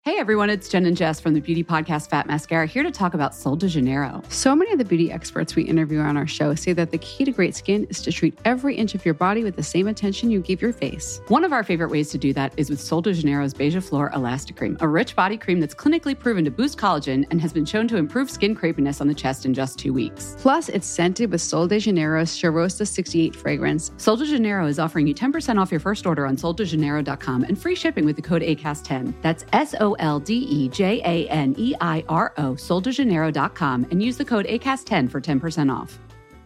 Hey everyone, it's Jen and Jess from the beauty podcast Fat Mascara here to talk about Sol de Janeiro. So many of the beauty experts we interview on our show say that the key to great skin is to treat every inch of your body with the same attention you give your face. One of our favorite ways to do that is with Sol de Janeiro's Beija Flor Elastic Cream, a rich body cream that's clinically proven to boost collagen and has been shown to improve skin crepiness on the chest in just 2 weeks. Plus, it's scented with Sol de Janeiro's Charosta 68 fragrance. Sol de Janeiro is offering you 10% off your first order on soldejaneiro.com and free shipping with the code ACAST10. That's SOLDEJANEIRO, soldejaneiro.com, and use the code ACAST10 for 10% off.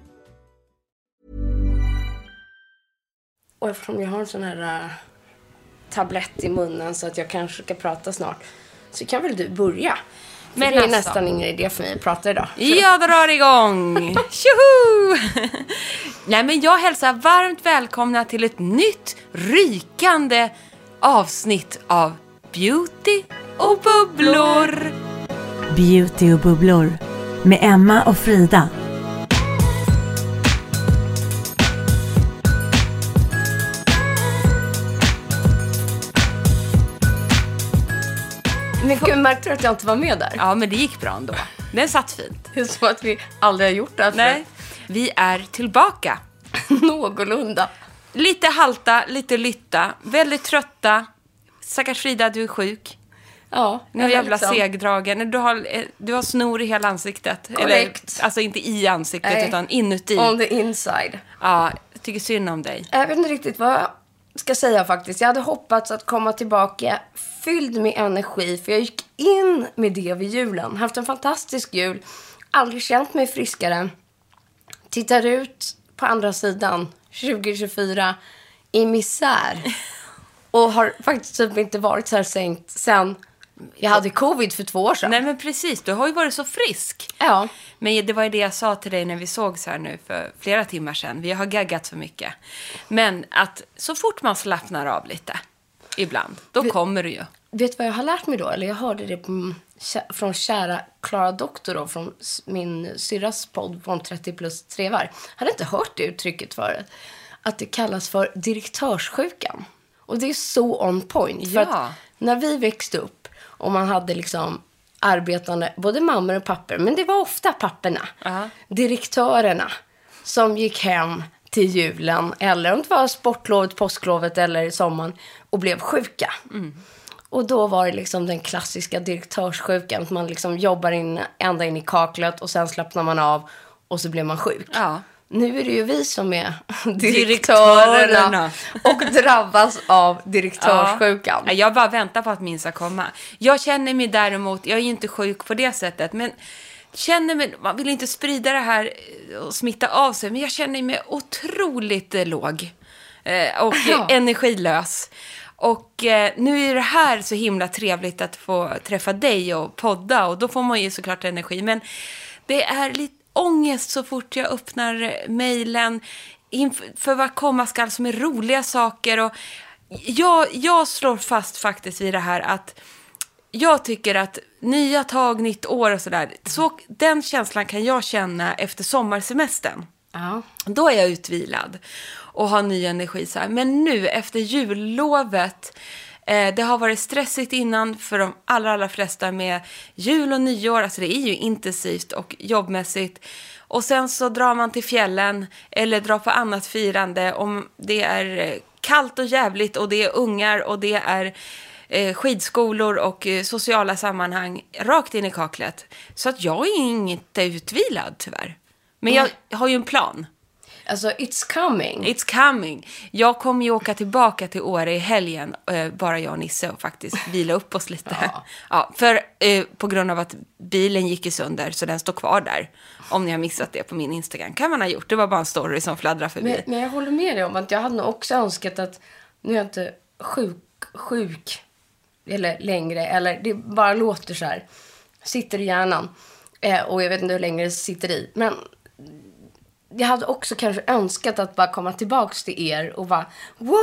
Och eftersom jag har en sån här tablett i munnen så att jag kanske ska prata snart, så kan väl du börja? För men det är nästan ingen idé för mig att prata idag. Jag drar igång! Tjoho! Nej, men jag hälsar varmt välkomna till ett nytt rykande avsnitt av Beauty och bubblor. Beauty och bubblor med Emma och Frida. Men gud, märkte du att jag inte var med där? Ja, men det gick bra ändå. Den satt fint. Det är som att vi aldrig har gjort det här. Nej, vi är tillbaka. Någorlunda. Lite halta, lite lytta. Väldigt trötta. Stackars Frida, du är sjuk. Ja. Nu är jävla segdragen. Du har snor i hela ansiktet. Korrekt. Eller, alltså inte i ansiktet. Nej. Utan inuti. On the inside. Ja, jag tycker synd om dig. Jag vet inte riktigt vad jag ska säga faktiskt. Jag hade hoppats att komma tillbaka fylld med energi. För jag gick in med det vid julen. Haft en fantastisk jul. Aldrig känt mig friskare. Tittar ut på andra sidan 2024 i misär. Och har faktiskt typ inte varit så här sänkt sen jag hade covid för 2 år sedan. Nej, men precis. Du har ju varit så frisk. Ja. Men det var ju det jag sa till dig när vi sågs här nu för flera timmar sedan. Vi har gaggat så mycket. Men att så fort man slappnar av lite ibland, då kommer du ju. Vet du vad jag har lärt mig då? Eller jag hörde det från kära Klara Doktor då, från min syrras podd från 30 plus trevar. Jag hade inte hört det uttrycket förut. Att det kallas för direktörssjukan. Och det är så on point. Ja. För att när vi växte upp och man hade liksom arbetande, både mammor och pappor, men det var ofta papporna, direktörerna, som gick hem till julen, eller om det var sportlovet, påsklovet eller sommaren, och blev sjuka. Mm. Och då var det liksom den klassiska direktörssjukan, att man liksom jobbar ända in i kaklet och sen slappnar man av och så blir man sjuk. Ja. Nu är det ju vi som är direktörerna och drabbas av direktörssjukan. Ja. Jag bara väntar på att min ska komma. Jag känner mig däremot, jag är inte sjuk på det sättet, men känner mig, man vill inte sprida det här och smitta av sig, men jag känner mig otroligt låg och energilös. Och nu är det här så himla trevligt att få träffa dig och podda, och då får man ju såklart energi, men det är lite ångest så fort jag öppnar mejlen för vad komma skall som är roliga saker. Och jag slår fast faktiskt vid det här att jag tycker att nya tag, nytt år och sådär, så den känslan kan jag känna efter sommarsemestern. Ja. Då är jag utvilad och har ny energi så här. Men nu efter jullovet, det har varit stressigt innan för de allra flesta med jul och nyår. Alltså det är ju intensivt och jobbmässigt. Och sen så drar man till fjällen eller drar på annat firande. Om det är kallt och jävligt och det är ungar och det är skidskolor och sociala sammanhang rakt in i kaklet. Så att jag är inte utvilad tyvärr. Men jag har ju en plan. Alltså, it's coming. It's coming. Jag kommer ju åka tillbaka till Åre i helgen, bara jag och Nisse, och faktiskt vila upp oss lite. Ja, för på grund av att bilen gick i sönder, så den står kvar där. Om ni har missat det på min Instagram. Kan man ha gjort. Det var bara en story som fladdrar förbi. Men jag håller med dig om att jag hade nog också önskat att, nu är jag inte sjuk eller längre, eller det bara låter så här. Sitter i hjärnan. Och jag vet inte hur länge det sitter i. Men jag hade också kanske önskat att bara komma tillbaks till er och bara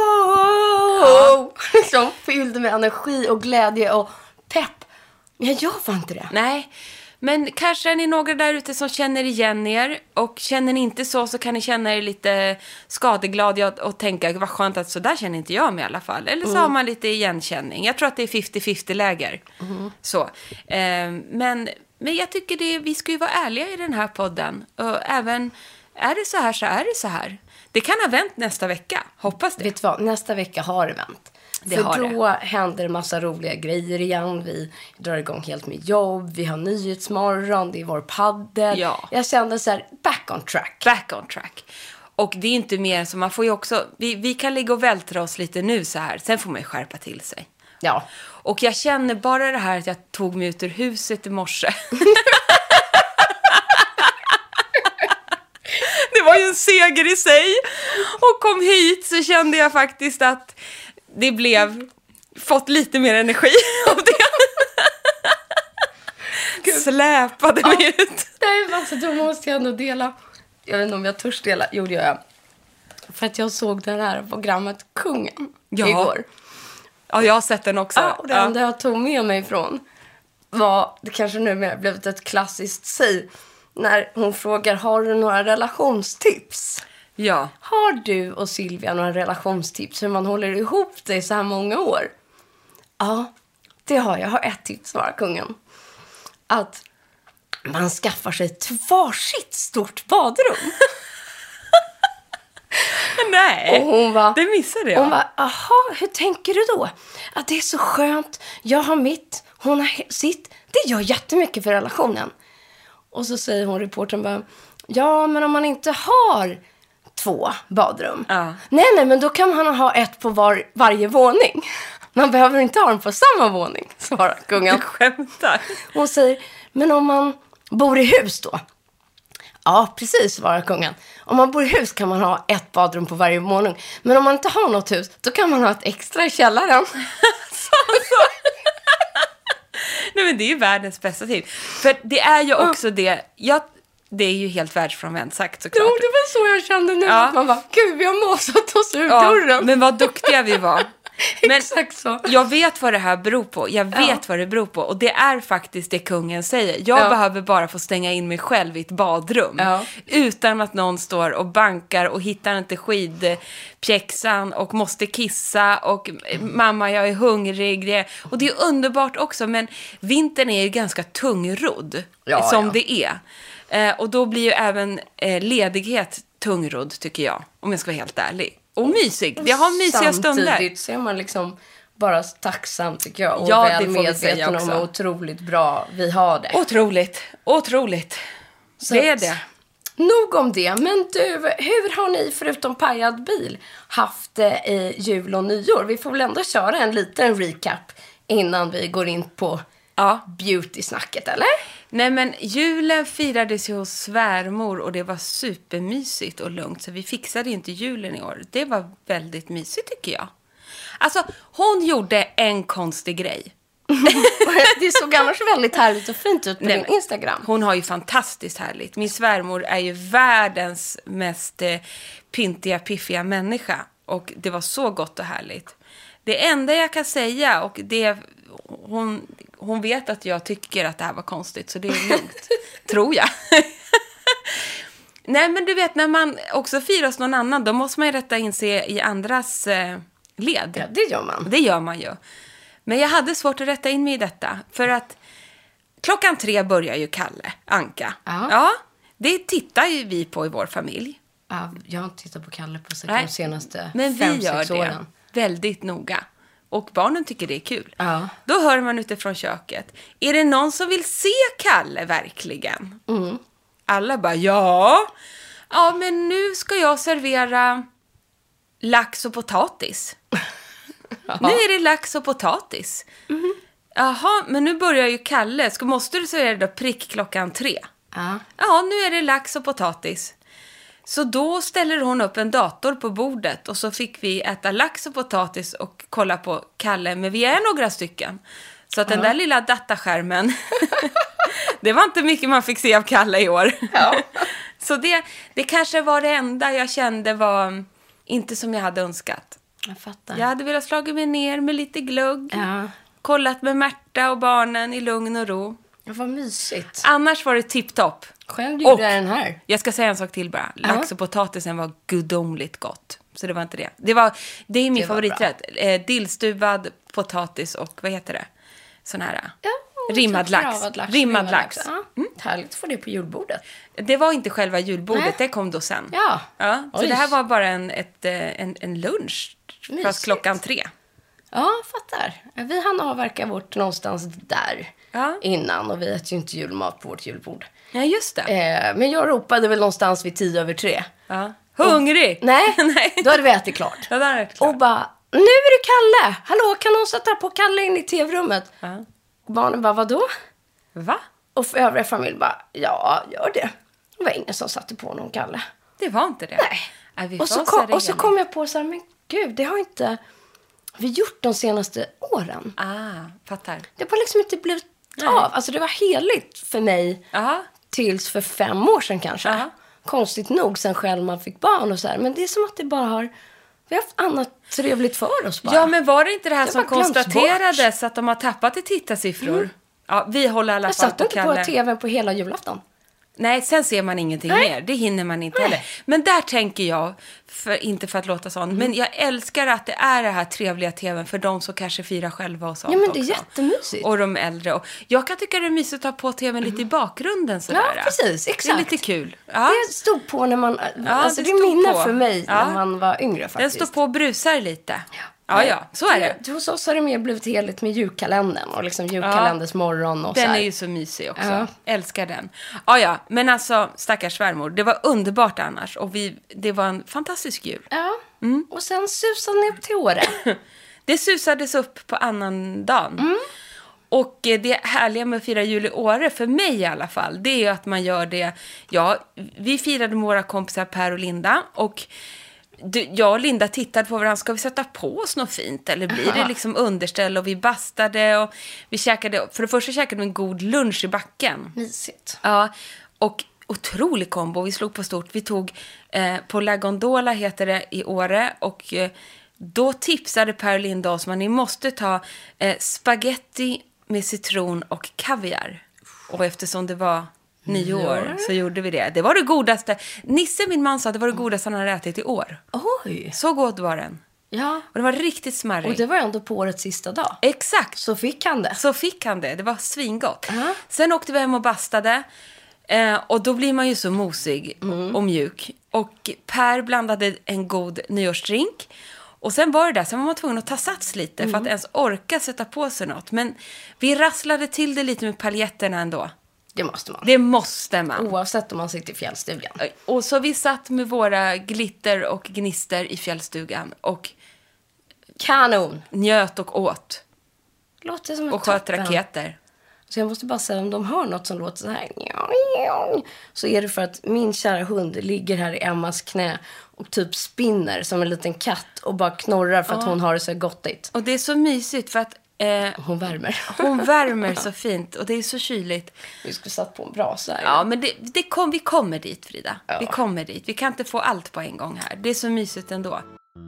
wow! Liksom fylld med energi och glädje och pepp. Men jag gör fan inte det. Nej, Men kanske är ni några där ute som känner igen er. Och känner ni inte så kan ni känna er lite skadeglad och tänka, vad skönt att så där känner inte jag mig i alla fall. Eller så har man lite igenkänning. Jag tror att det är 50-50 läger. Så. Men jag tycker vi ska ju vara ärliga i den här podden. Och även, är det så här så är det så här. Det kan ha vänt nästa vecka, hoppas det. Vet du vad, nästa vecka har det vänt. För då händer en massa roliga grejer igen. Vi drar igång helt med jobb. Vi har nyhetsmorgon. Det är vår paddel. Ja. Jag kände så här, back on track. Back on track. Och det är inte mer så man får ju också... Vi kan ligga och vältra oss lite nu så här. Sen får man ju skärpa till sig. Ja. Och jag känner bara det här att jag tog mig ut ur huset i morse. Det var ju en seger i sig. Och kom hit så kände jag faktiskt att det fått lite mer energi av det. Släpade mig ut. Nej, alltså då måste jag ändå dela. Jag vet inte om jag törs dela. Jo, det gör jag. För att jag såg det här programmet Kungen igår. Ja, jag har sett den också. Ja, och det enda jag tog med mig ifrån var, det kanske numera blivit ett klassiskt säg, när hon frågar, har du några relationstips? Ja. Har du och Silvia några relationstips hur man håller ihop det i så här många år? Ja, det har jag. Jag har ett tips, svarar kungen. Att man skaffar sig ett varsitt stort badrum. Nej, och hon var, det missade jag. Hon var, aha, hur tänker du då? Att det är så skönt. Jag har mitt, hon har sitt. Det gör jättemycket för relationen. Och så säger hon, reportern bara, ja, men om man inte har 2 badrum. Ja. Nej, men då kan man ha ett på varje våning. Man behöver inte ha dem på samma våning, svarar kungen. Du skämtar. Hon säger, men om man bor i hus då? Ja, precis, svarar kungen. Om man bor i hus kan man ha ett badrum på varje våning. Men om man inte har något hus, då kan man ha ett extra i källaren. Nej, men det är ju världens bästa tid. För det är ju också det... det är ju helt världsfrånvänt sagt såklart. Jo, det var så jag kände nu. Ja. Man bara, gud, vi har måsat oss ur dörren. Men vad duktiga vi var. Men exakt så. Jag vet vad det här beror på. Jag vet vad det beror på. Och det är faktiskt det kungen säger. Jag behöver bara få stänga in mig själv i ett badrum. Ja. Utan att någon står och bankar och hittar inte skidpjäxan och måste kissa. Och mamma, jag är hungrig. Och det är underbart också. Men vintern är ju ganska tungrodd. Som det är. Och då blir ju även ledighet tungrodd, tycker jag. Om jag ska vara helt ärlig. Och mysig. Jag har mysiga stunder. Samtidigt så är man liksom bara tacksam, tycker jag. Och väl medveten om hur otroligt bra vi har det. Otroligt. Så det är det. Nog om det. Men du, hur har ni förutom pajad bil haft det i jul och nyår? Vi får väl ändå köra en liten recap innan vi går in på beauty-snacket, eller? Nej, men julen firades ju hos svärmor och det var supermysigt och lugnt. Så vi fixade inte julen i år. Det var väldigt mysigt, tycker jag. Alltså, hon gjorde en konstig grej. Det såg annars väldigt härligt och fint ut på din Instagram. Hon har ju fantastiskt härligt. Min svärmor är ju världens mest pyntiga, piffiga människa. Och det var så gott och härligt. Det enda jag kan säga, och det hon vet att jag tycker att det här var konstigt, så det är lugnt. Tror jag. Nej, men du vet, när man också firas någon annan, då måste man ju rätta in sig i andras led. Ja, det gör man. Det gör man ju. Men jag hade svårt att rätta in mig i detta. För att 3:00 börjar ju Kalle Anka. Ja, det tittar ju vi på i vår familj. Ja, jag har inte tittat på Kalle på de senaste 5-6 åren. Men vi gör det väldigt noga. Och barnen tycker det är kul. Ja. Då hör man utifrån köket. Är det någon som vill se Kalle verkligen? Mm. Alla bara, ja, men nu ska jag servera lax och potatis. Nu är det lax och potatis. Mm. Jaha, men nu börjar ju Kalle. Måste du servera då prick 3:00? Ja, nu är det lax och potatis. Så då ställer hon upp en dator på bordet och så fick vi äta lax och potatis och kolla på Kalle. Men vi är några stycken. Så att den där lilla dataskärmen, det var inte mycket man fick se av Kalle i år. Ja. Så det kanske var det enda jag kände var inte som jag hade önskat. Jag fattar. Jag hade velat slagit mig ner med lite glugg. Ja. Kollat med Märta och barnen i lugn och ro. Ja, vad mysigt. Annars var det tipptopp. Själv gjorde jag den här. Jag ska säga en sak till bara. Lax och potatisen var gudomligt gott. Så det var inte det. Det är min favoriträtt. Dillstuvad potatis och vad heter det? Sån här rimmad lax. Ja. Härligt att få det på julbordet. Det var inte själva julbordet, det kom då sen. Ja. Så det här var bara en lunch. Fast 3:00. Ja, fattar. Vi hann avverka vårt någonstans där innan. Och vi äter ju inte julmat på vårt julbord. Ja, just det. Men jag ropade väl någonstans vid 3:10. Ja. Hungrig? Nej, då hade vi ätit klart. Ja, det hade ätit klart. Och bara, nu är det Kalle. Hallå, kan någon sätta på Kalle in i tv-rummet? Ja. Barnen bara, vadå? Va? Och för övriga familj bara, ja, gör det. Det var ingen som satte på någon Kalle. Det var inte det? Nej. Och så kom jag på så här, men gud, det har inte vi gjort de senaste åren. Fattar. Det har liksom inte blivit av. Alltså det var heligt för mig tills för 5 år sedan kanske. Konstigt nog sen själv man fick barn och så här. Men det är som att det bara har... Vi har haft annat trevligt för oss bara. Ja, men var det inte det här som konstaterades att de har tappat i tittarsiffror? Ja, vi håller i alla fall på Kalle. Jag satt inte på tvn på hela julafton. Nej, sen ser man ingenting mer. Det hinner man inte heller. Men där tänker jag, inte för att låta sån, men jag älskar att det är det här trevliga tvn för de som kanske firar själva och sånt. Ja, men det är jättemysigt. Och de äldre. Och jag kan tycka det är mysigt att ta på tvn lite i bakgrunden sådär. Ja, precis. Exakt. Det är lite kul. Ja. Det stod på när man... alltså det är minne för mig när man var yngre faktiskt. Den står på och brusar lite. Ja, så är det. Hos oss har det mer blivit heligt med julkalendern och liksom julkalenders morgon och den så här. är ju så mysig också. Älskar den. Ja, men alltså stackars svärmor. Det var underbart annars och det var en fantastisk jul. Ja. Och sen susade ni upp till Åre. Det susades upp på annan dagen. Och det härliga med att fira jul i Åre, för mig i alla fall, det är ju att man gör det. Ja, vi firade med våra kompisar Per och Linda och jag och Linda tittade på varandra. Ska vi sätta på oss något fint? Eller blir det liksom underställ? Och vi bastade och vi käkade. För det första käkade vi en god lunch i backen. Mysigt. Ja, och otrolig kombo. Vi slog på stort. Vi tog på La Gondola heter det i Åre. Och då tipsade Per och Linda oss. Ni måste ta spaghetti med citron och kaviar. Och eftersom det var 9 år så gjorde vi det. Det var det godaste. Nisse, min man, sa att det var det godaste han hade ätit i år. Oj. Så god var den. Ja. Och det var riktigt smarrig. Och det var ändå på årets sista dag. Exakt. Så fick han det. Det var svingott. Sen åkte vi hem och bastade. Och då blir man ju så mosig och mjuk. Och Per blandade en god nyårsdrink. Och sen var det där, sen var man tvungen att ta sats lite för att ens orka sätta på sig något. Men vi rasslade till det lite med paljetterna ändå. Det måste man. Oavsett om man sitter i fjällstugan. Och så vi satt med våra glitter och gnister i fjällstugan. Och kanon. Njöt och åt. Låter som och sköt raketer. Så jag måste bara säga, om de hör något som låter så här, så är det för att min kära hund ligger här i Emmas knä och typ spinner som en liten katt och bara knorrar för att hon har det så gottigt. Och det är så mysigt för att hon värmer. Hon värmer så fint och det är så kyligt. Vi skulle satt på en brasa här. Ja, men vi kommer dit, Frida. Ja. Vi kommer dit. Vi kan inte få allt på en gång här. Det är så mysigt ändå.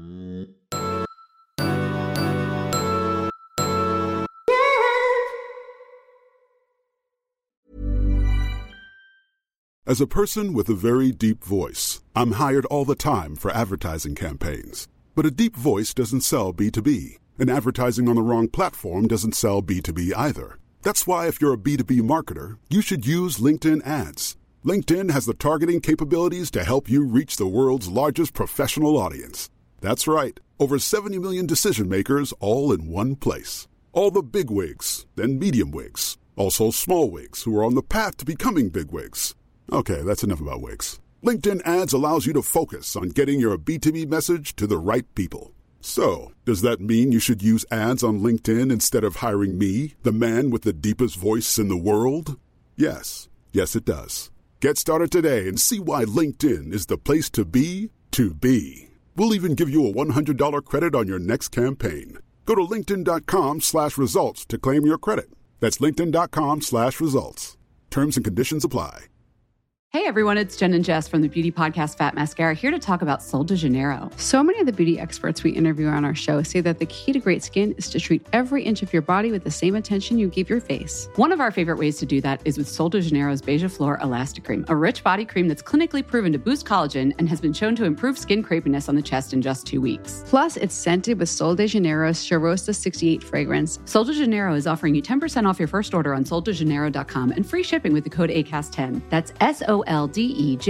As a person with a very deep voice, I'm hired all the time for advertising campaigns. But a deep voice doesn't sell B2B. And advertising on the wrong platform doesn't sell B2B either. That's why if you're a B2B marketer, you should use LinkedIn ads. LinkedIn has the targeting capabilities to help you reach the world's largest professional audience. That's right. Over 70 million decision makers all in one place. All the big wigs, then medium wigs. Also small wigs who are on the path to becoming big wigs. Okay, that's enough about wigs. LinkedIn ads allows you to focus on getting your B2B message to the right people. So, does that mean you should use ads on LinkedIn instead of hiring me, the man with the deepest voice in the world? Yes. Yes, it does. Get started today and see why LinkedIn is the place to be to be. We'll even give you a $100 credit on your next campaign. Go to linkedin.com/results to claim your credit. That's linkedin.com/results. Terms and conditions apply. Hey everyone, it's Jen and Jess from the beauty podcast Fat Mascara, here to talk about Sol de Janeiro. So many of the beauty experts we interview on our show say that the key to great skin is to treat every inch of your body with the same attention you give your face. One of our favorite ways to do that is with Sol de Janeiro's Beija Flor Elastic Cream, a rich body cream that's clinically proven to boost collagen and has been shown to improve skin crepiness on the chest in just 2 weeks. Plus, it's scented with Sol de Janeiro's Charosta 68 fragrance. Sol de Janeiro is offering you 10% off your first order on soldejaneiro.com and free shipping with the code ACAST10. That's SOLDEJANEIRO,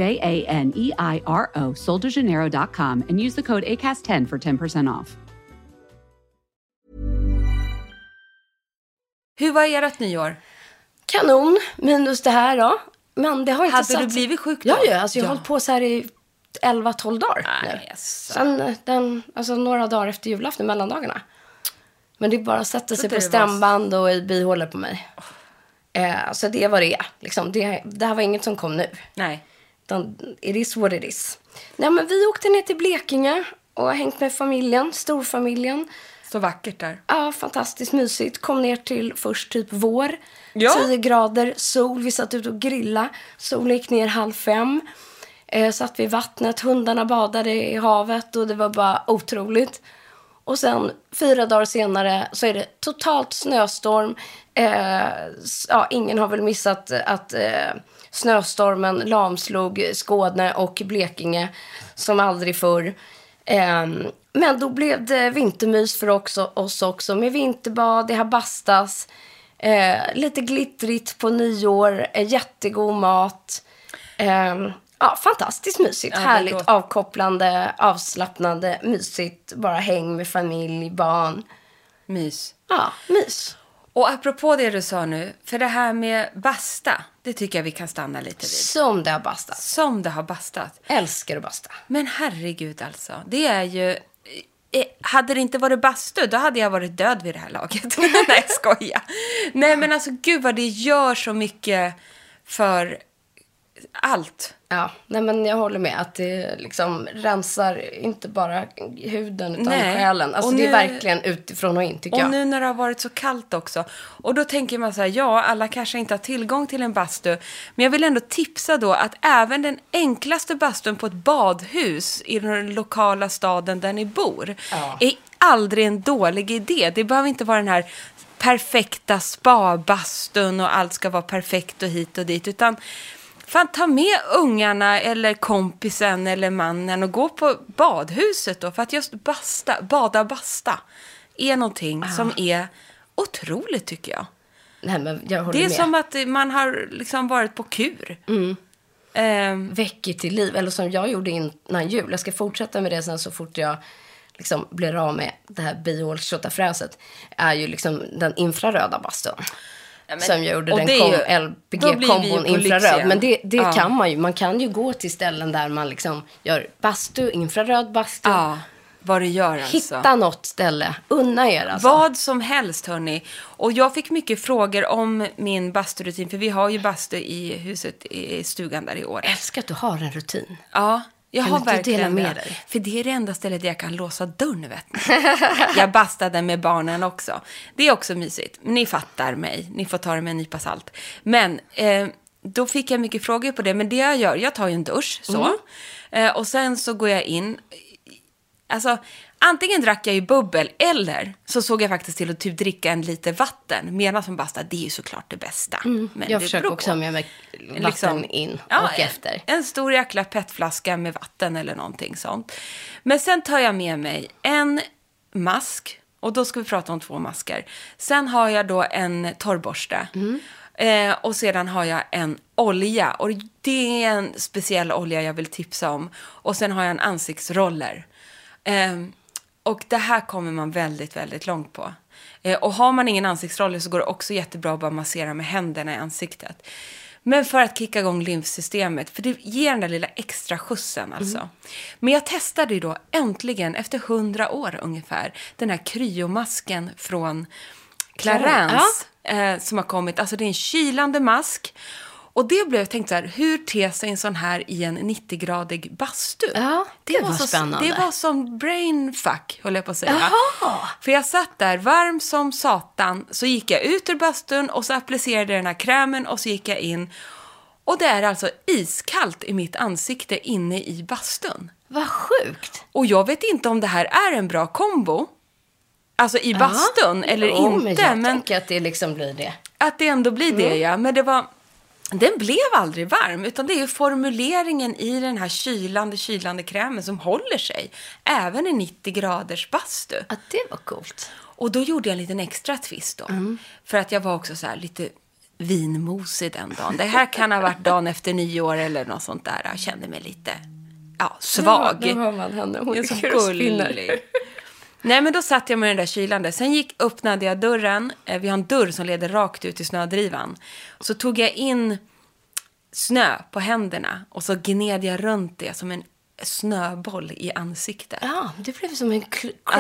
soldejaneiro.com, and use the code ACAST10 for 10% off. Hur var ert nyår? Kanon, minus det här då. Men det har inte Hade du blivit sjuk då? Ja, alltså jag har hållit på så här i 11-12 dagar nu. Sen några dagar efter julafton, mellandagarna. Men det bara sätter sig på stämband och i bihålor på mig. Så det var det. Liksom, det här var inget som kom nu. Nej. It is what it is. Nej, men vi åkte ner till Blekinge och har hängt med familjen, storfamiljen. Så vackert där. Ja, fantastiskt mysigt. Kom ner till först typ vår. Ja. 10 grader, sol. Vi satt ut och grilla. Solen gick ner 4:30. Satt vid vattnet. Hundarna badade i havet och det var bara otroligt. Och sen 4 dagar senare så är det totalt snöstorm. Ingen har väl missat att snöstormen lamslog Skåne och Blekinge som aldrig förr. Men då blev det vintermys för oss också. Med vinterbad, det har bastas. Lite glittrigt på nyår. Jättegod mat. Fantastiskt mysigt. Härligt, avkopplande, avslappnande, mysigt. Bara häng med familj, barn. Mys. Ja, mys. Och apropå det du sa nu, för det här med basta, det tycker jag vi kan stanna lite vid. Som det har bastat. Som det har bastat. Älskar att basta. Men herregud alltså, det är ju... Hade det inte varit bastu, då hade jag varit död vid det här laget. Nej, jag skojar. Nej, men alltså gud vad det gör så mycket för allt. Ja, nej men jag håller med att det liksom rensar inte bara huden utan själen. Alltså det är verkligen utifrån och in tycker jag. Och nu när det har varit så kallt också. Och då tänker man så här, alla kanske inte har tillgång till en bastu. Men jag vill ändå tipsa då att även den enklaste bastun på ett badhus i den lokala staden där ni bor är aldrig en dålig idé. Det behöver inte vara den här perfekta spa-bastun och allt ska vara perfekt och hit och dit, utan fan, ta med ungarna eller kompisen eller mannen och gå på badhuset då. För att just basta är någonting som är otroligt tycker jag. Nej, men jag håller med. Det är som att man har liksom varit på kur. Väcker till liv. Eller som jag gjorde innan jul. Jag ska fortsätta med det sen så fort jag liksom blir av med det här biol-tjotafräset. Är ju liksom den infraröda bastun. Som gjorde den LPG-kombon infraröd. Men det kan man ju. Man kan ju gå till ställen där man liksom gör bastu, infraröd bastu. Ja, vad det gör alltså. Hitta något ställe. Unna er alltså. Vad som helst hörni. Och jag fick mycket frågor om min basturutin. För vi har ju bastu i huset i stugan där i år. Jag älskar att du har en rutin. Ja. Jag har verkligen med dig. För det är det enda stället där jag kan låsa dörren, vet ni. Jag bastade med barnen också. Det är också mysigt. Ni fattar mig. Ni får ta det med en nypa salt. Men då fick jag mycket frågor på det. Men det jag gör, jag tar ju en dusch så. Och sen så går jag in. Alltså, antingen drack jag ju bubbel eller så såg jag faktiskt till att typ dricka en liter vatten medan som basta. Det är ju såklart det bästa. Men jag försöker också ha med mig vatten liksom, in och efter. En stor jäkla petflaska med vatten eller någonting sånt. Men sen tar jag med mig en mask. Och då ska vi prata om 2 masker. Sen har jag då en torrborste. Och sedan har jag en olja. Och det är en speciell olja jag vill tipsa om. Och sen har jag en ansiktsroller. Och det här kommer man väldigt, väldigt långt på. Och har man ingen ansiktsroller så går det också jättebra att bara massera med händerna i ansiktet. Men för att kicka igång lymfsystemet, för det ger den där lilla extra skjutsen alltså. Men jag testade ju då äntligen efter 100 år ungefär den här kryomasken från Clarins som har kommit. Alltså det är en kylande mask. Och det blev jag tänkt så här, hur ter sig en sån här i en 90-gradig bastu? Ja, det var så spännande. Det var som brainfuck, håller jag på att säga. Jaha. För jag satt där varm som satan, så gick jag ut ur bastun och så applicerade jag den här krämen och så gick jag in. Och det är alltså iskallt i mitt ansikte inne i bastun. Vad sjukt. Och jag vet inte om det här är en bra kombo. Alltså i bastun eller inte. Men jag tänker att det liksom blir det. Att det ändå blir det, ja. Men den blev aldrig varm. Utan det är ju formuleringen i den här kylande krämen som håller sig. Även i 90 graders bastu. Att det var coolt. Och då gjorde jag en liten extra twist då. För att jag var också så här lite vinmosig den dagen. Det här kan ha varit dagen efter 9 år eller något sånt där. Jag kände mig lite svag. Ja, då hör man henne. Hon är så gullig. Nej, men då satt jag med den där kylande. Sen öppnade jag dörren. Vi har en dörr som leder rakt ut i snödrivan. Så tog jag in snö på händerna. Och så gned jag runt det som en snöboll i ansiktet. Ja, det blev som en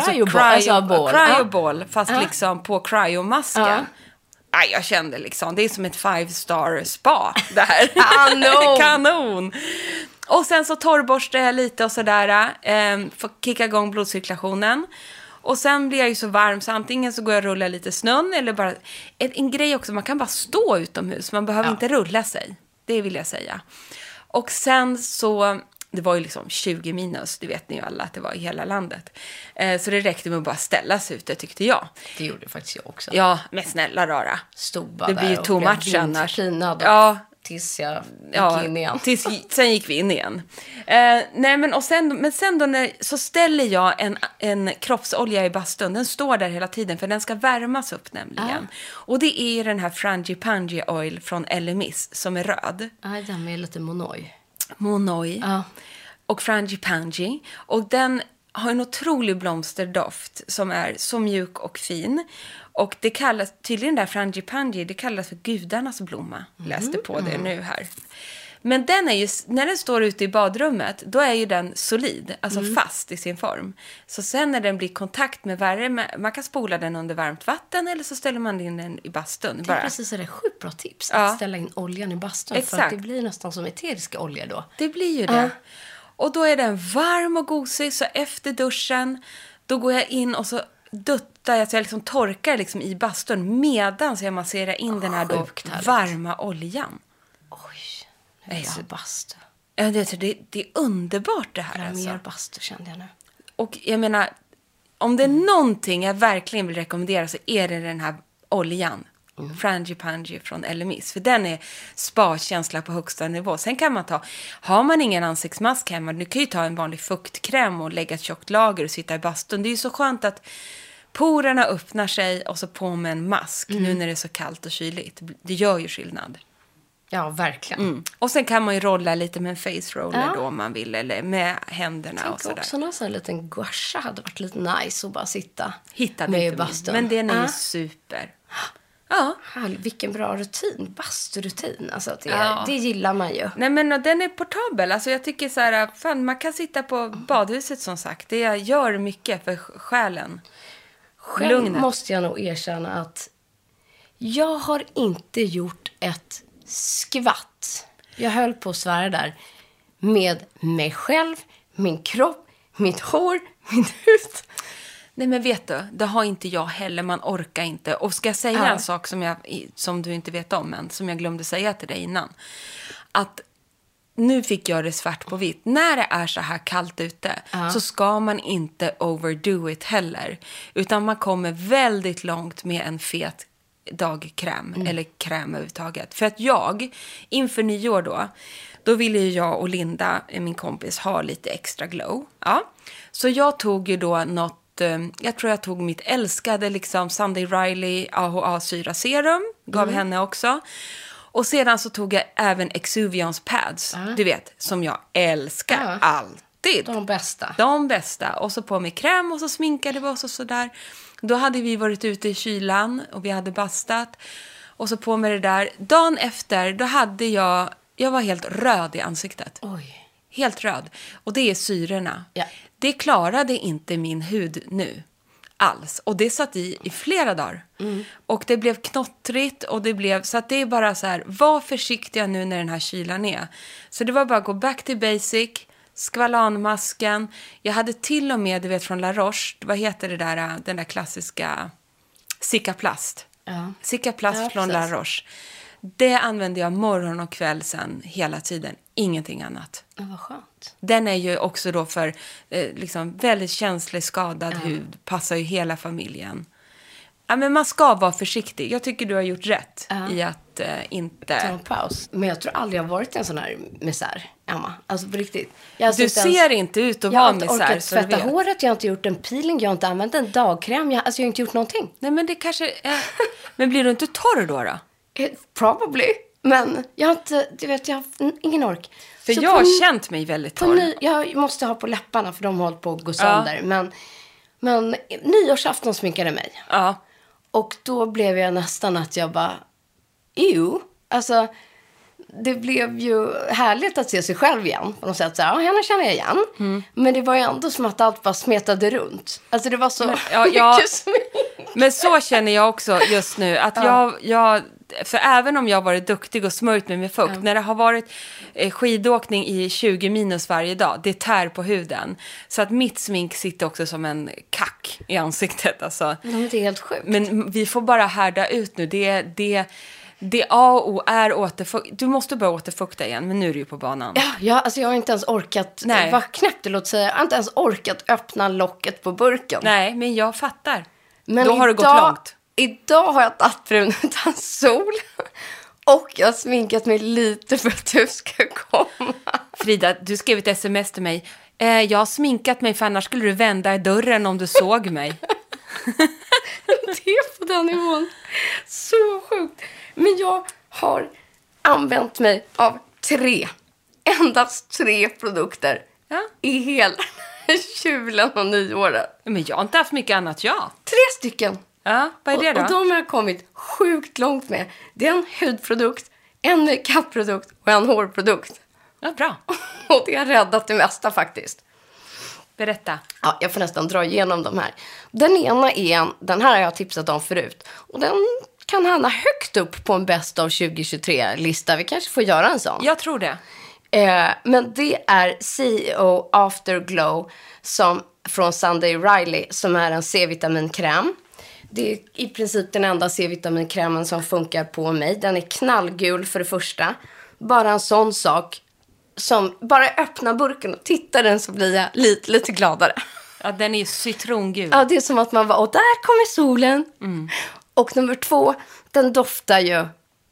cryoball. Fast liksom på cryomasken. Nej, jag kände liksom, det är som ett 5-star spa det här. Kanon! Och sen så torrborstade jag lite och sådär. För att kicka igång blodcirkulationen. Och sen blir jag ju så varm så antingen så går jag och rullar lite snön. Eller bara, en grej också, man kan bara stå utomhus. Man behöver inte rulla sig. Det vill jag säga. Och sen så, det var ju liksom 20 minus. Det vet ni ju alla att det var i hela landet. Så det räckte med att bara ställa sig ute, tyckte jag. Det gjorde faktiskt jag också. Ja, men snälla rara. Stod bara det blir ju too much annars. Ja. Tills jag gick in igen. Sen gick vi in igen. Nej, men sen då så ställer jag en kroppsolja i bastun. Den står där hela tiden för den ska värmas upp nämligen. Och det är den här Frangipani Oil från LMIS som är röd. Ja, den är lite Monoi. Ja. Och Frangipani. Och den har en otrolig blomsterdoft som är så mjuk och fin. Och det kallas, tydligen där Frangipani, det kallas för gudarnas blomma. Läste på det nu här. Men den är ju, när den står ute i badrummet, då är ju den solid, alltså fast i sin form. Så sen när den blir i kontakt med värme, man kan spola den under varmt vatten eller så ställer man in den i bastun. Det är precis det, sjukt bra tips att ställa in oljan i bastun. Exakt. För att det blir nästan som eteriska olja då. Det blir ju det. Och då är den varm och gosig, så efter duschen, då går jag in och så duttar jag så jag liksom torkar liksom i bastun medan jag masserar in den här då varma oljan. Det är så bastu. Ja, det är underbart det här. Alltså. Mer bastu kände jag nu. Och jag menar, om det är någonting jag verkligen vill rekommendera så är det den här oljan. Frangipani från LMIS. För den är spa-känsla på högsta nivå. Sen kan man har man ingen ansiktsmask hemma, du kan ju ta en vanlig fuktkräm och lägga ett tjockt lager och sitta i bastun. Det är ju så skönt att porerna öppnar sig och så på med en mask nu när det är så kallt och kyligt. Det gör ju skillnad. Ja, verkligen. Och sen kan man ju rolla lite med en face roller då om man vill. Eller med händerna och sådär. Jag också någon sån här liten guasha hade varit lite nice att bara sitta med i bastun. Men den är ju super. Ja. Vilken bra rutin. Basturutin. Alltså det gillar man ju. Nej, men den är portabel. Alltså jag tycker så här, fan, man kan sitta på badhuset som sagt. Det gör mycket för själen. Själv måste jag nog erkänna att jag har inte gjort ett skvatt. Jag höll på att svära där med mig själv, min kropp, mitt hår, min hud. Nej, men vet du, det har inte jag heller. Man orkar inte. Och ska jag säga en sak som du inte vet om än, som jag glömde säga till dig innan. Att nu fick jag det svart på vitt. När det är så här kallt ute så ska man inte overdo it heller. Utan man kommer väldigt långt med en fet dagkräm eller kräm överhuvudtaget. För att inför nyår då ville ju jag och Linda, min kompis, ha lite extra glow. Ja. Så jag tog ju då jag tror jag tog mitt älskade liksom Sunday Riley AHA-syra serum. Gav henne också. Och sedan så tog jag även Exuvians pads. Du vet, som jag älskar alltid. De bästa. Och så på med kräm och så sminkade vi oss och sådär. Då hade vi varit ute i kylan och vi hade bastat. Och så på med det där. Dagen efter, då hade jag var helt röd i ansiktet. Oj. Helt röd. Och det är syrorna. Ja. Det klarade inte min hud nu alls. Och det satt i flera dagar. Och det blev knottrigt. Och det blev, så att det är bara så här, var försiktiga nu när den här kylan är. Så det var bara att gå back to basic. Skvalanmasken. Jag hade till och med, du vet, från La Roche. Vad heter det där, den där klassiska Cicaplast. Cicaplast från La Roche. Det använder jag morgon och kväll sen hela tiden. Ingenting annat. Ja, vad skönt. Den är ju också då för liksom väldigt känslig, skadad hud. Passar ju hela familjen. Ja, men man ska vara försiktig. Jag tycker du har gjort rätt i att inte... Ta en paus. Men jag tror aldrig jag har varit en sån här misär, Emma. Alltså på riktigt. Du ser inte ut att vara misär. Jag har inte orkat tvätta håret, jag har inte gjort en peeling, jag har inte använt en dagkräm. Jag har inte gjort någonting. Nej, men det kanske... Men blir du inte torr då? Probably. Men jag har inte, du vet, jag har ingen ork. För så jag har känt mig väldigt torr. Jag måste ha på läpparna för de har hållit på att gå sönder. Men nyårsafton sminkade mig. Ja. Och då blev jag nästan att jag bara... Alltså, det blev ju härligt att se sig själv igen. På något sätt så här, henne känner jag igen. Men det var ju ändå som att allt bara smetade runt. Alltså det var så mycket smink. Men så känner jag också just nu. Att jag för även om jag har varit duktig och smörjt mig med fukt. När det har varit skidåkning i 20 minus varje dag. Det tär på huden. Så att mitt smink sitter också som en kack i ansiktet. Alltså. Det är helt sjukt. Men vi får bara härda ut nu. Det A och O är återfukt. Du måste börja återfukta igen, men nu är du ju på banan. Alltså jag har inte ens orkat, vad knäppt det låter säga, jag har inte ens orkat öppna locket på burken. Nej, men jag fattar. Men då har det gått långt. Idag har jag tagit brun utan sol. Och jag har sminkat mig lite för att du ska komma. Frida, du skrev ett sms till mig. Jag har sminkat mig för annars skulle du vända i dörren om du såg mig. Det är på den nivån. Så sjukt. Men jag har använt mig av endast 3 produkter i hela julen och nyåret. Men jag har inte haft mycket annat, 3 stycken. Ja, vad är det då? Och de har jag kommit sjukt långt med. Det är en hudprodukt, en makeupprodukt och en hårprodukt. Ja, bra. Och det har räddat det mesta faktiskt. Berätta. Ja, jag får nästan dra igenom de här. Den ena är den här har jag tipsat om förut. Och den kan hamna högt upp på en bäst av 2023-lista. Vi kanske får göra en sån. Jag tror det. Men det är CEO Afterglow från Sunday Riley som är en C-vitaminkräm. Det är i princip den enda C-vitaminkrämen som funkar på mig. Den är knallgul för det första. Bara en sån sak som bara öppna burken och tittar den så blir jag lite gladare. Ja, den är citrongul. Ja, det är som att man var, och där kommer solen. Och nummer 2, den doftar ju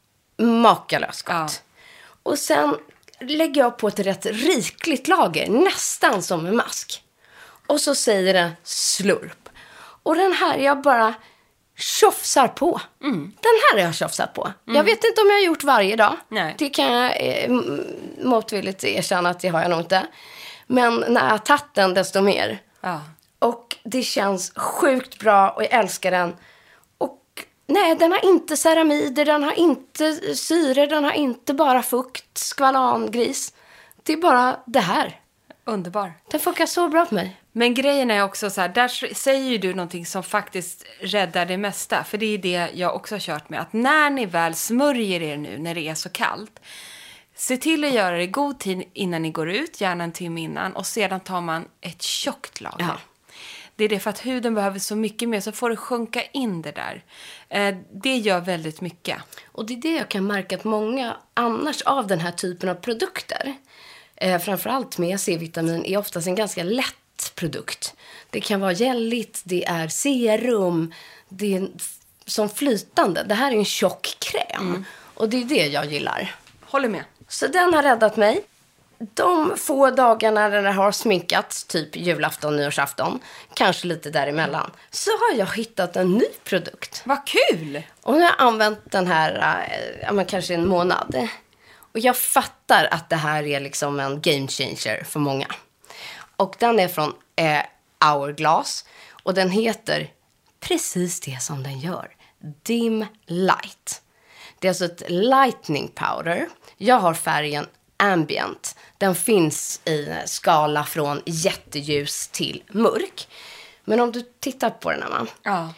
makalöst gott. Ja. Och sen lägger jag på ett rätt rikligt lager, nästan som en mask. Och så säger den slurp. Och den här jag bara tjofsar på. Den här har jag tjofsat på. Jag vet inte om jag har gjort varje dag. Nej. Det kan jag motvilligt erkänna att det har jag nog inte. Men när jag har tagit den desto mer. Ja. Och det känns sjukt bra och jag älskar den. Och nej, den har inte ceramider, den har inte syre, den har inte bara fukt, skvalangris. Det är bara det här. Underbar. Den funkar så bra på mig. Men grejen är också så här, där säger ju du någonting som faktiskt räddar det mesta. För det är det jag också har kört med. Att när ni väl smörjer er nu, när det är så kallt. Se till att göra det i god tid innan ni går ut, gärna en timme innan. Och sedan tar man ett tjockt lager. Ja. Det är det för att huden behöver så mycket mer, så får det sjunka in det där. Det gör väldigt mycket. Och det är det jag kan märka att många annars av den här typen av produkter, framförallt med C-vitamin, är oftast en ganska lätt produkt. Det kan vara gälligt, det är serum, det är som flytande. Det här är en tjock kräm. Och det är det jag gillar. Håller med. Så den har räddat mig. De få dagarna när det har sminkats, typ julafton, nyårsafton, kanske lite däremellan, så har jag hittat en ny produkt. Vad kul! Och nu har jag använt den här kanske en månad. Och jag fattar att det här är liksom en game changer för många. Och den är från Hourglass. Och den heter precis det som den gör. Dim Light. Det är alltså ett lightning powder. Jag har färgen Ambient. Den finns i skala från jätteljus till mörk. Men om du tittar på den här, ja.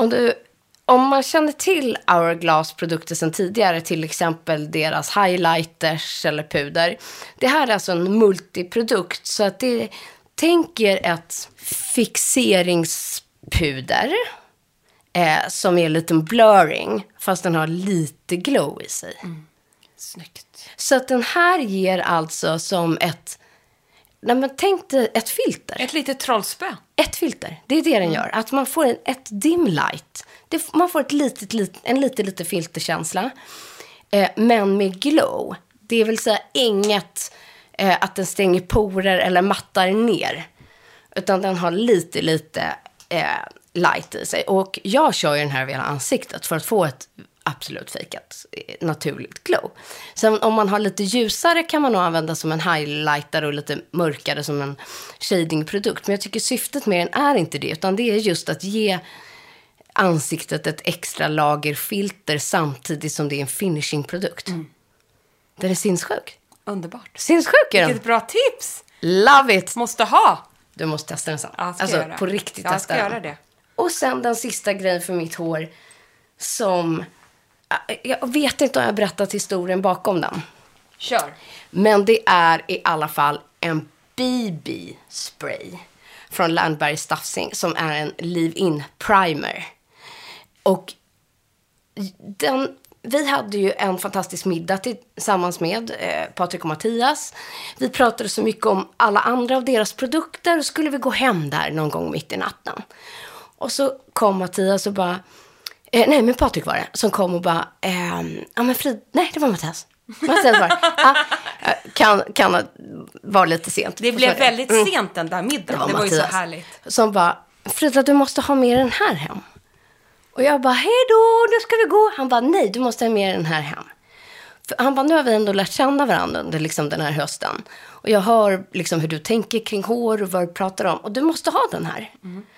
Om man känner till Hourglass produkter sedan tidigare, till exempel deras highlighters eller puder. Det här är alltså en multiprodukt, så att det tänker ett fixeringspuder, som är lite blurring, fast den har lite glow i sig. Snyggt. Så att den här ger alltså som ett, när man tänkte ett filter. Ett litet trollspö. Ett filter, det är det den gör. Att man får ett dim light. Man får en lite filterkänsla. Men med glow. Det vill säga inget att den stänger porer eller mattar ner. Utan den har lite light i sig. Och jag kör ju den här över hela ansiktet för att få ett absolut fejkat naturligt glow. Sen om man har lite ljusare kan man nog använda som en highlighter och lite mörkare som en shadingprodukt. Men jag tycker syftet med den är inte det, utan det är just att ge ansiktet ett extra lager filter samtidigt som det är en finishingprodukt. Den är sinnessjuk. Underbart. Sinnessjuk är den. Vilket bra tips. Love it. Måste ha. Du måste testa den sen. Ja, ska alltså göra. på riktigt Jag testa ska den. göra det. Och sen den sista grejen för mitt hår som... Jag vet inte om jag har berättat historien bakom den. Kör. Men det är i alla fall en BB-spray från Landberg Staffsing som är en leave-in primer. Och vi hade ju en fantastisk middag tillsammans med Patrik och Mattias. Vi pratade så mycket om alla andra av deras produkter och skulle vi gå hem där någon gång mitt i natten. Och så kom Mattias och bara... nej, men Patrik var det som kom och bara... ja, men nej, det var Mattias. Mattias var det. Kan vara lite sent. Det blev väldigt sent den där middagen. Det var ju så härligt. Som bara, Frida, du måste ha med den här hem. Och jag bara, hej då, nu ska vi gå. Han bara, nej, du måste ha med den här hem. För han bara, nu har vi ändå lärt känna varandra under liksom den här hösten. Och jag hör liksom hur du tänker kring hår och vad du pratar om. Och du måste ha den här.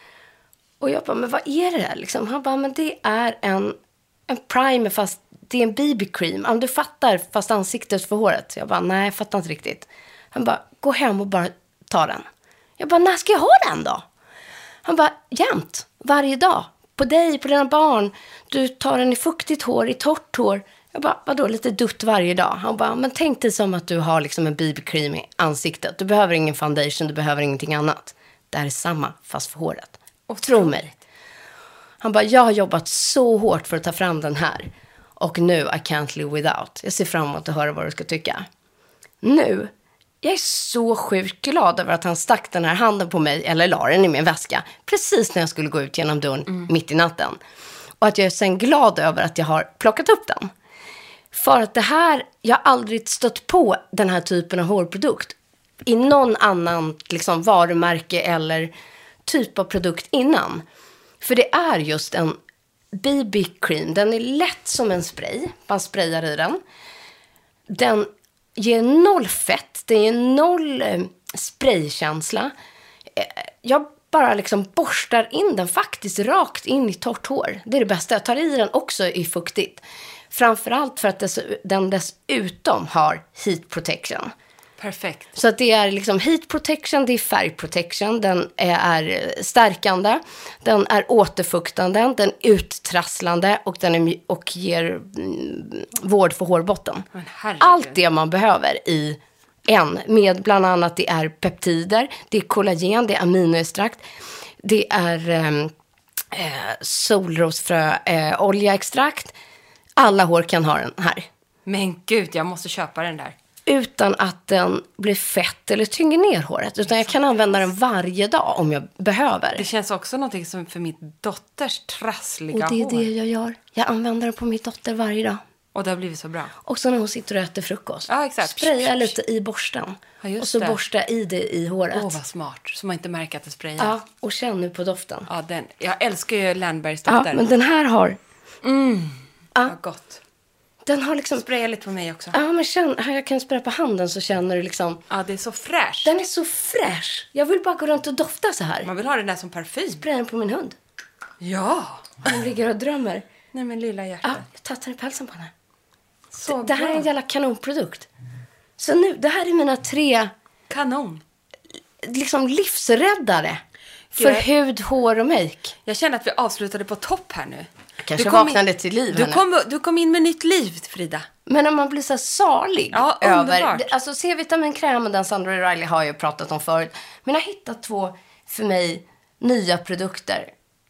Och jag bara, men vad är det där? Liksom? Han bara, men det är en primer fast det är en BB-cream. Om du fattar fast ansiktet för håret. Jag bara, nej, jag fattar inte riktigt. Han bara, gå hem och bara ta den. Jag bara, när ska jag ha den då? Han bara, jämt, varje dag. På dig, på dina barn. Du tar den i fuktigt hår, i torrt hår. Jag bara, vadå, lite dutt varje dag? Han bara, men tänk dig som att du har liksom en BB-cream i ansiktet. Du behöver ingen foundation, du behöver ingenting annat. Det här är samma fast för håret. Och tro mig. Han bara, jag har jobbat så hårt för att ta fram den här. Och nu, I can't live without. Jag ser fram emot att höra vad du ska tycka. Nu, jag är så sjukt glad över att han stack den här handen på mig, eller la den i min väska, precis när jag skulle gå ut genom dörren mitt i natten. Och att jag är sen glad över att jag har plockat upp den. För att det här, jag har aldrig stött på den här typen av hårprodukt i någon annan liksom, varumärke eller typ av produkt innan. För det är just en BB-cream. Den är lätt som en spray. Man sprayar i den. Den ger noll fett. Det är noll spraykänsla. Jag bara liksom borstar in den faktiskt rakt in i torrt hår. Det är det bästa. Jag tar i den också i fuktigt. Framförallt för att den dessutom har heat protection. Perfekt. Så att det är liksom heat protection, det är färg protection, den är stärkande, den är återfuktande, den är uttrasslande och ger vård för hårbotten. Allt det man behöver i en, med bland annat det är peptider, det är kollagen, det är aminoextrakt, det är solrosfrö, oljeextrakt. Alla hår kan ha den här. Men gud, jag måste köpa den där. Utan att den blir fett eller tynger ner håret. Utan jag kan använda den varje dag om jag behöver. Det känns också någonting som för mitt dotters trassliga hår. Och det är det jag gör. Jag använder den på min dotter varje dag. Och det har blivit så bra. Och så när hon sitter och äter frukost. Ja, exakt. Sprayar lite i borsten. Ja, just och så det. borstar jag i det i håret. Åh, vad smart. Så man inte märker att det sprayar. Ja, och känn nu på doften. Ja, jag älskar ju Landbergs dotter. Ja, men den här har... Ja. Vad gott. Den har liksom... Spraya lite på mig också. Ja, men känn, jag kan spraya på handen så känner du liksom... Ja, det är så fräsch. Den är så fräsch. Jag vill bara gå runt och dofta så här. Man vill ha den där som parfym. Spraya den på min hund. Ja. Hon ligger och drömmer. Nej, men lilla hjärtat. Ja, jag tattar i pälsen på henne. Så det här är en jävla kanonprodukt. Så nu, det här är mina 3 kanon. Liksom livsräddare för hud, hår och make. Jag känner att vi avslutade på topp här nu. Kanske vaknade till liv. Du kom in med nytt liv, Frida. Men när man blir så salig över... Alltså C-vitaminkrämen, den Sandra Riley har jag pratat om förut. Men jag har hittat 2 för mig nya produkter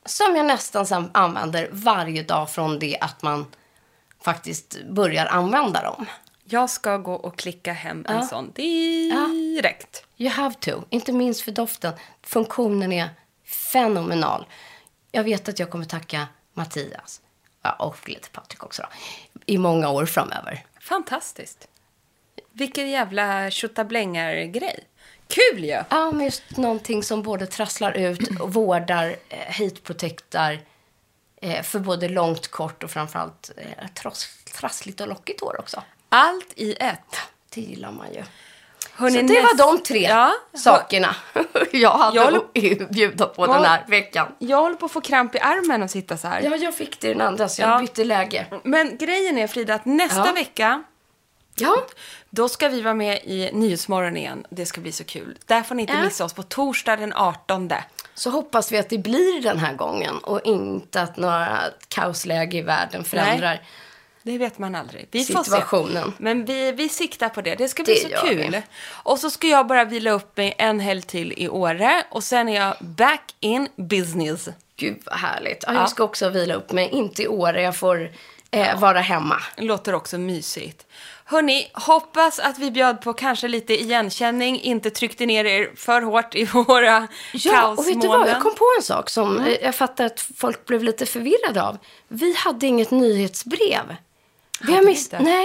som jag nästan sen använder varje dag från det att man faktiskt börjar använda dem. Jag ska gå och klicka hem en sån direkt. You have to. Inte minst för doften. Funktionen är fenomenal. Jag vet att jag kommer tacka Mattias. Ja, och lite Patrik också då. I många år framöver. Fantastiskt. Vilken jävla tjottablängar-grej. Kul ju! Ja, men just någonting som både trasslar ut och vårdar, heatprotectar för både långt, kort och framförallt trassligt och lockigt hår också. Allt i ett. Det gillar man ju. Hörrni, så det var de 3 sakerna jag hade att bjuda på den här veckan. Jag håller på att få kramp i armen och sitta så här. Ja, jag fick det den andra så jag bytte läge. Men grejen är, Frida, att nästa vecka då ska vi vara med i Nyhetsmorgon igen. Det ska bli så kul. Där får ni inte missa oss på torsdag den 18. Så hoppas vi att det blir den här gången och inte att några kaosläge i världen förändrar. Nej. Det vet man aldrig. Vi situationen. Får se. Men vi siktar på det. Det ska bli så kul. Och så ska jag bara vila upp mig en helg till i Åre. Och sen är jag back in business. Gud vad härligt. Ja, jag ska också vila upp mig. Inte i Åre. Jag får vara hemma. Låter också mysigt. Hörrni, hoppas att vi bjöd på kanske lite igenkänning. Inte tryckte ner er för hårt i våra kaosmålen. Och vet du vad? Jag kom på en sak som jag fattar att folk blev lite förvirrade av. Vi hade inget nyhetsbrev. Vi har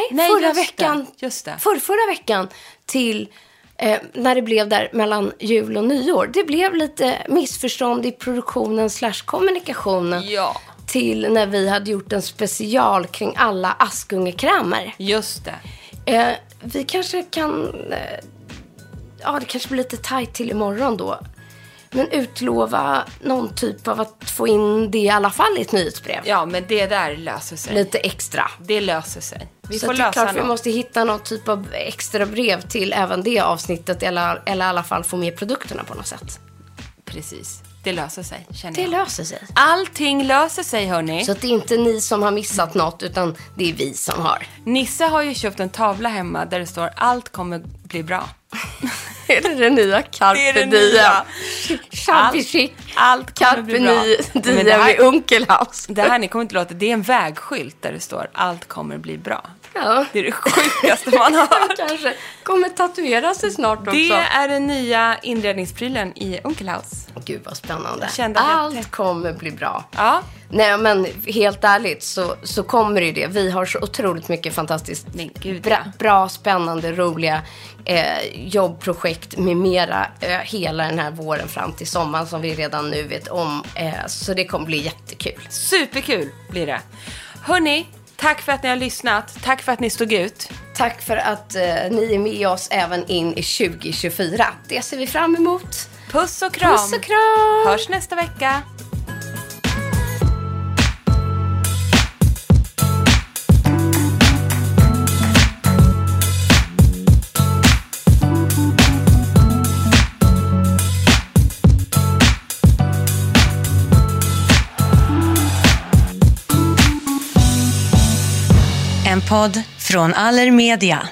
förra veckan till när det blev där mellan jul och nyår. Det blev lite missförstånd i produktionen /kommunikationen. Ja. Till när vi hade gjort en special kring alla askungekrämer. Just det. Vi kanske kan... det kanske blir lite tajt till imorgon då. Men utlova någon typ av att få in det i alla fall i ett nyhetsbrev. Ja, men det där löser sig. Lite extra. Det löser sig. Vi så får det är lösa klart något. Vi måste hitta någon typ av extra brev till även det avsnittet. Eller i alla fall få med produkterna på något sätt. Precis. Det löser sig, känner det jag. Det löser sig. Allting löser sig, hörni. Så att det är inte ni som har missat något, utan det är vi som har. Nisse har ju köpt en tavla hemma där det står allt kommer bli bra. Är det nya Carpe Diem? Shabby chic. Allt kommer bli bra. Carpe Diem i Unkelhaus. Det här, ni kommer inte låta, det är en vägskylt där det står allt kommer bli bra. Ja. Det är det sjukaste man har. Kanske kommer tatuera sig snart också. Det är den nya inredningsprylen i Unkelhaus. Gud vad spännande. Allt kommer bli bra. Ja. Nej, men helt ärligt så kommer det ju det. Vi har så otroligt mycket fantastiskt bra, spännande, roliga jobbprojekt med mera hela den här våren fram till sommaren som vi redan nu vet om. Så det kommer bli jättekul. Superkul blir det. Hörni, tack för att ni har lyssnat. Tack för att ni stod ut. Tack för att ni är med oss även in i 2024. Det ser vi fram emot. Puss och kram. Puss och kram. Hörs nästa vecka. En podd från Allermedia.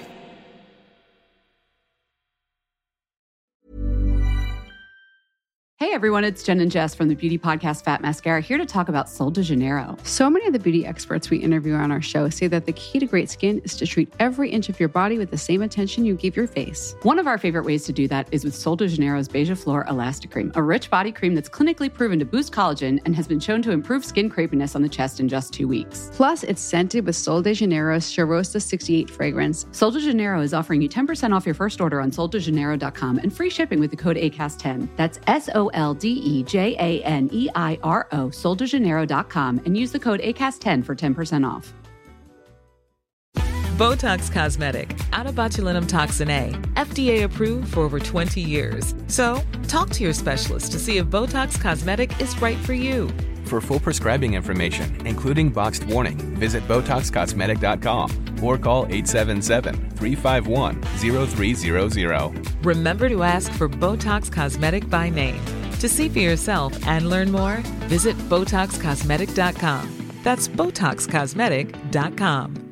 Hey everyone, it's Jen and Jess from the beauty podcast Fat Mascara here to talk about Sol de Janeiro. So many of the beauty experts we interview on our show say that the key to great skin is to treat every inch of your body with the same attention you give your face. One of our favorite ways to do that is with Sol de Janeiro's Beija Flor Elastic Cream, a rich body cream that's clinically proven to boost collagen and has been shown to improve skin crepiness on the chest in just 2 weeks. Plus, it's scented with Sol de Janeiro's Charosta 68 fragrance. Sol de Janeiro is offering you 10% off your first order on soldejaneiro.com and free shipping with the code ACAST10. That's SOLDEJANEIRO, soldejaneiro.com, and use the code ACAST10 for 10% off. Botox Cosmetic, out of botulinum toxin A, FDA approved for over 20 years. So, talk to your specialist to see if Botox Cosmetic is right for you. For full prescribing information, including boxed warning, visit BotoxCosmetic.com or call 877-351-0300. Remember to ask for Botox Cosmetic by name. To see for yourself and learn more, visit BotoxCosmetic.com. That's BotoxCosmetic.com.